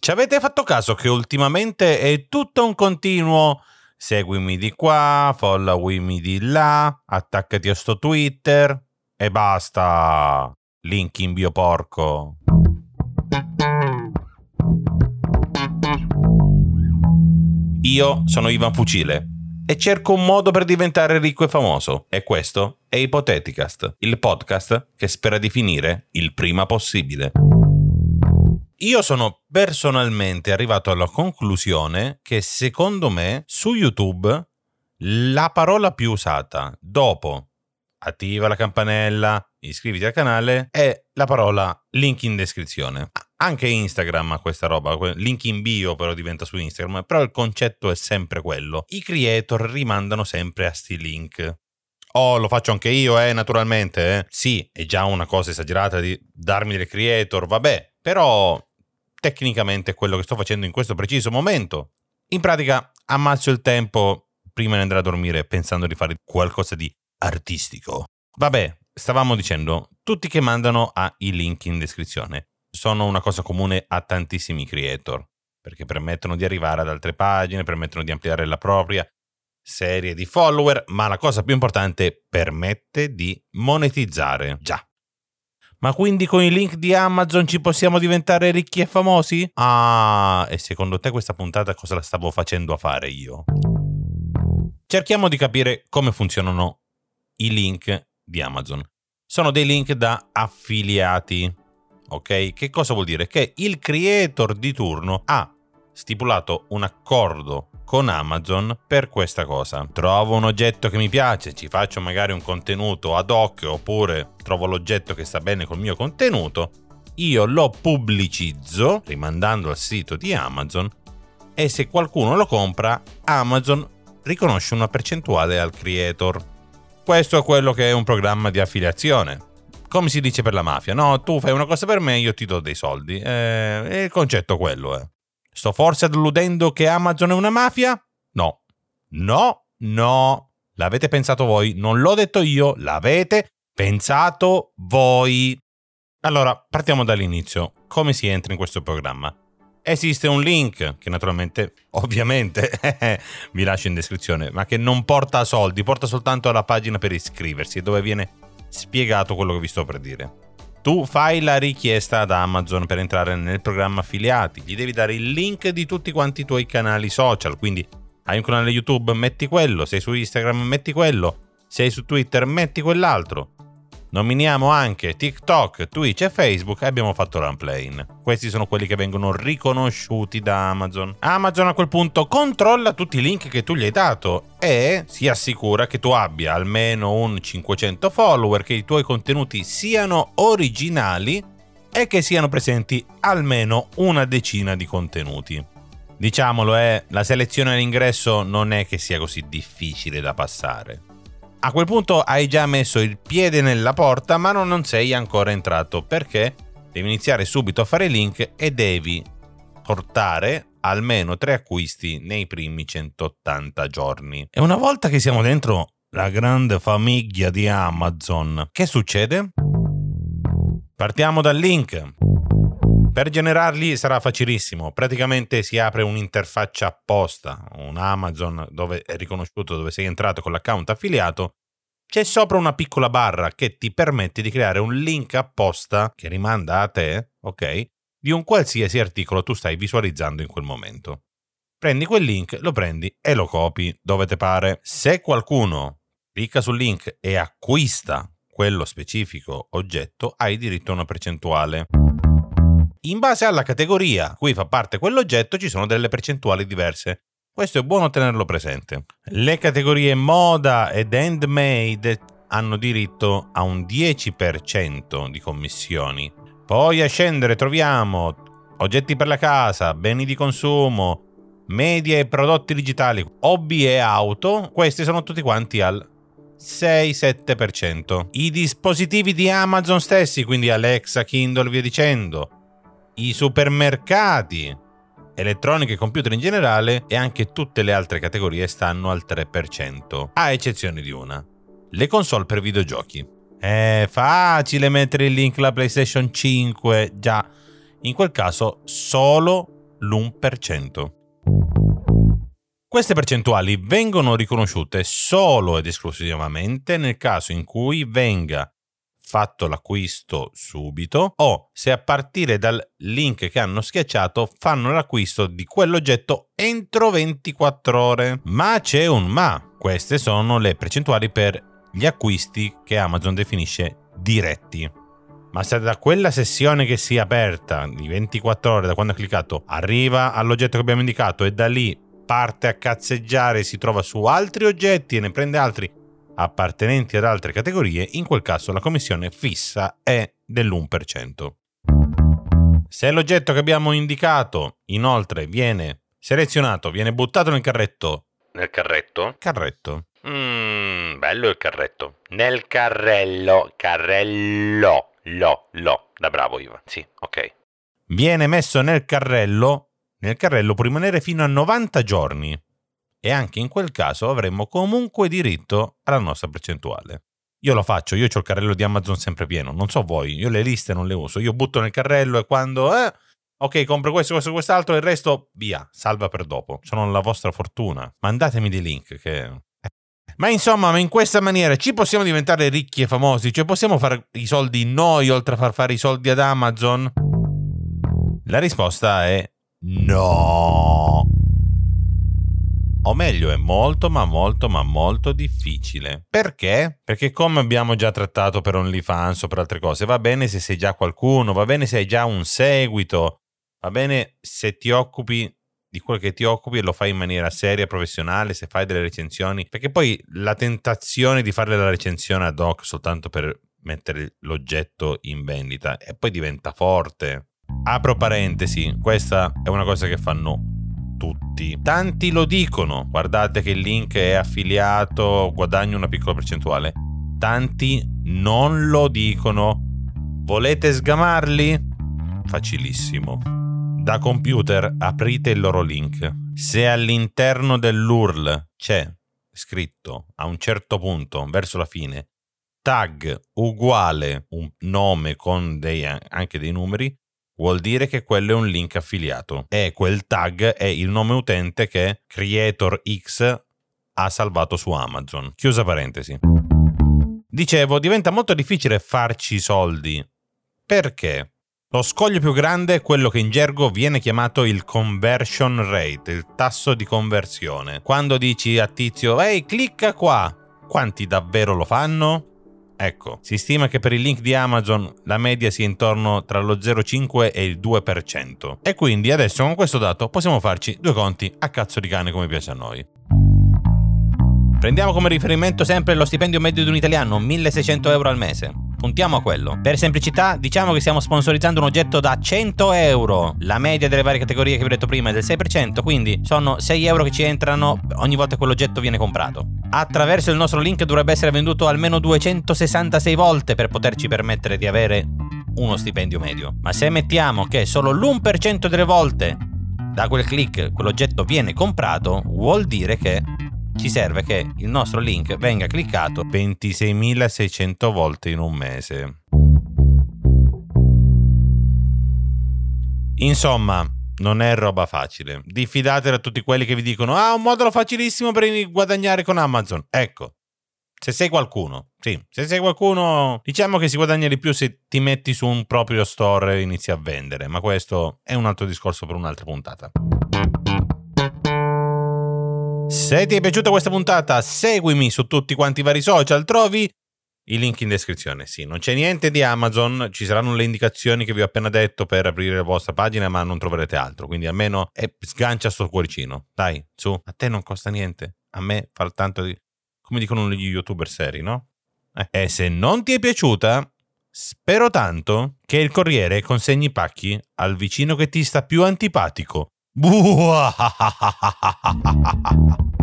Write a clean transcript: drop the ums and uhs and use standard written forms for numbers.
Ci avete fatto caso che ultimamente è tutto un continuo seguimi di qua, followimi di là, attaccati a sto Twitter e basta. Link in bio porco. Io sono Ivan Fucile e cerco un modo per diventare ricco e famoso, e questo è Ipoteticast, il podcast che spera di finire il prima possibile. Io sono personalmente arrivato alla conclusione che secondo me su YouTube la parola più usata dopo attiva la campanella, iscriviti al canale è la parola link in descrizione. Anche Instagram ha questa roba, link in bio però diventa su Instagram, però il concetto è sempre quello. I creator rimandano sempre a sti link. Oh, lo faccio anche io, naturalmente. Sì, è già una cosa esagerata di darmi delle creator, vabbè, però tecnicamente è quello che sto facendo in questo preciso momento. In pratica ammazzo il tempo prima di andare a dormire pensando di fare qualcosa di artistico. Vabbè, stavamo dicendo, tutti che mandano i link in descrizione sono una cosa comune a tantissimi creator, perché permettono di arrivare ad altre pagine, permettono di ampliare la propria serie di follower, ma la cosa più importante, permette di monetizzare. Già. Ma quindi con i link di Amazon ci possiamo diventare ricchi e famosi? Ah, e secondo te questa puntata cosa la stavo facendo a fare io? Cerchiamo di capire come funzionano i link di Amazon. Sono dei link da affiliati, ok? Che cosa vuol dire? Che il creator di turno ha stipulato un accordo con Amazon per questa cosa. Trovo un oggetto che mi piace, ci faccio magari un contenuto ad hoc, oppure trovo l'oggetto che sta bene col mio contenuto, io lo pubblicizzo rimandando al sito di Amazon e se qualcuno lo compra, Amazon riconosce una percentuale al creator. Questo è quello che è un programma di affiliazione. Come si dice per la mafia, no? Tu fai una cosa per me, io ti do dei soldi. E il concetto è quello, Sto forse alludendo che Amazon è una mafia? No. L'avete pensato voi, non l'ho detto io, l'avete pensato voi. Allora, partiamo dall'inizio. Come si entra in questo programma? Esiste un link che naturalmente, ovviamente, vi lascio in descrizione, ma che non porta soldi, porta soltanto alla pagina per iscriversi, dove viene spiegato quello che vi sto per dire. Tu fai la richiesta ad Amazon per entrare nel programma affiliati, gli devi dare il link di tutti quanti i tuoi canali social, quindi hai un canale YouTube, metti quello, sei su Instagram, metti quello, sei su Twitter, metti quell'altro. Nominiamo anche TikTok, Twitch e Facebook e abbiamo fatto Runplane. Questi sono quelli che vengono riconosciuti da Amazon. Amazon a quel punto controlla tutti i link che tu gli hai dato e si assicura che tu abbia almeno un 500 follower, che i tuoi contenuti siano originali e che siano presenti almeno una decina di contenuti. Diciamolo, la selezione all'ingresso non è che sia così difficile da passare. A quel punto hai già messo il piede nella porta, ma non sei ancora entrato, perché devi iniziare subito a fare link e devi portare almeno 3 acquisti nei primi 180 giorni. E una volta che siamo dentro la grande famiglia di Amazon, che succede? Partiamo dal link. Per generarli sarà facilissimo, praticamente si apre un'interfaccia apposta, un Amazon dove è riconosciuto dove sei entrato con l'account affiliato, c'è sopra una piccola barra che ti permette di creare un link apposta che rimanda a te, ok, di un qualsiasi articolo tu stai visualizzando in quel momento. Prendi quel link, lo prendi e lo copi dove te pare. Se qualcuno clicca sul link e acquista quello specifico oggetto, hai diritto a una percentuale. In base alla categoria cui fa parte quell'oggetto ci sono delle percentuali diverse. Questo è buono tenerlo presente. Le categorie moda ed handmade hanno diritto a un 10% di commissioni. Poi a scendere troviamo oggetti per la casa, beni di consumo, media e prodotti digitali, hobby e auto. Questi sono tutti quanti al 6-7%. I dispositivi di Amazon stessi, quindi Alexa, Kindle, via dicendo, i supermercati, elettronica e computer in generale e anche tutte le altre categorie stanno al 3%, a eccezione di una: le console per videogiochi. È facile mettere il link alla PlayStation 5, già, in quel caso solo l'1%. Queste percentuali vengono riconosciute solo ed esclusivamente nel caso in cui venga fatto l'acquisto subito o se a partire dal link che hanno schiacciato fanno l'acquisto di quell'oggetto entro 24 ore. Ma c'è un ma. Queste sono le percentuali per gli acquisti che Amazon definisce diretti. Ma se da quella sessione che si è aperta di 24 ore da quando ha cliccato arriva all'oggetto che abbiamo indicato e da lì parte a cazzeggiare, si trova su altri oggetti e ne prende altri appartenenti ad altre categorie, in quel caso la commissione fissa è dell'1%. Se l'oggetto che abbiamo indicato inoltre viene selezionato, viene buttato nel carretto. Nel carretto? Carretto. Bello il carretto. Nel carrello. Carrello. Lo. Da bravo Ivan. Sì, ok. Viene messo nel carrello può rimanere fino a 90 giorni. E anche in quel caso avremmo comunque diritto alla nostra percentuale. Io lo faccio, io ho il carrello di Amazon sempre pieno, non so voi, io le liste non le uso, io butto nel carrello e quando ok, compro questo, quest'altro, il resto via, salva per dopo. Sono la vostra fortuna. Mandatemi dei link che... Ma insomma, in questa maniera ci possiamo diventare ricchi e famosi? Cioè possiamo fare i soldi noi oltre a fare i soldi ad Amazon? La risposta è no. O meglio, è molto ma molto difficile. Perché? Perché come abbiamo già trattato per OnlyFans o per altre cose, va bene se sei già qualcuno, va bene se hai già un seguito, va bene se ti occupi di quello che ti occupi e lo fai in maniera seria, professionale, se fai delle recensioni, perché poi la tentazione di fare la recensione ad hoc soltanto per mettere l'oggetto in vendita e poi diventa forte. Apro parentesi, questa è una cosa che fanno tutti. Tanti lo dicono, guardate che il link è affiliato, guadagno una piccola percentuale. Tanti non lo dicono. Volete sgamarli? Facilissimo. Da computer aprite il loro link. Se all'interno dell'URL c'è scritto a un certo punto, verso la fine, tag uguale un nome con anche dei numeri, vuol dire che quello è un link affiliato e quel tag è il nome utente che Creator X ha salvato su Amazon. Chiusa parentesi. Dicevo, diventa molto difficile farci soldi. Perché? Lo scoglio più grande è quello che in gergo viene chiamato il conversion rate, il tasso di conversione. Quando dici a Tizio, ehi, clicca qua, quanti davvero lo fanno? Ecco, si stima che per il link di Amazon la media sia intorno tra lo 0,5 e il 2%. E quindi adesso con questo dato possiamo farci due conti a cazzo di cane come piace a noi. Prendiamo come riferimento sempre lo stipendio medio di un italiano, 1.600 euro al mese. Puntiamo a quello. Per semplicità, diciamo che stiamo sponsorizzando un oggetto da 100 euro. La media delle varie categorie che vi ho detto prima è del 6%, quindi sono 6 euro che ci entrano ogni volta che quell'oggetto viene comprato. Attraverso il nostro link dovrebbe essere venduto almeno 266 volte per poterci permettere di avere uno stipendio medio. Ma se mettiamo che solo l'1% delle volte da quel click quell'oggetto viene comprato, vuol dire che ci serve che il nostro link venga cliccato 26.600 volte in un mese. Insomma, non è roba facile. Diffidate da tutti quelli che vi dicono un modulo facilissimo per guadagnare con Amazon. Ecco, se sei qualcuno, diciamo che si guadagna di più se ti metti su un proprio store e inizi a vendere, ma questo è un altro discorso per un'altra puntata. Se ti è piaciuta questa puntata, seguimi su tutti quanti i vari social, trovi i link in descrizione. Sì, non c'è niente di Amazon, ci saranno le indicazioni che vi ho appena detto per aprire la vostra pagina, ma non troverete altro, quindi almeno sgancia sto cuoricino. Dai, su, a te non costa niente, a me fa tanto di... come dicono gli youtuber seri, no? E se non ti è piaciuta, spero tanto che il corriere consegni i pacchi al vicino che ti sta più antipatico. Buah!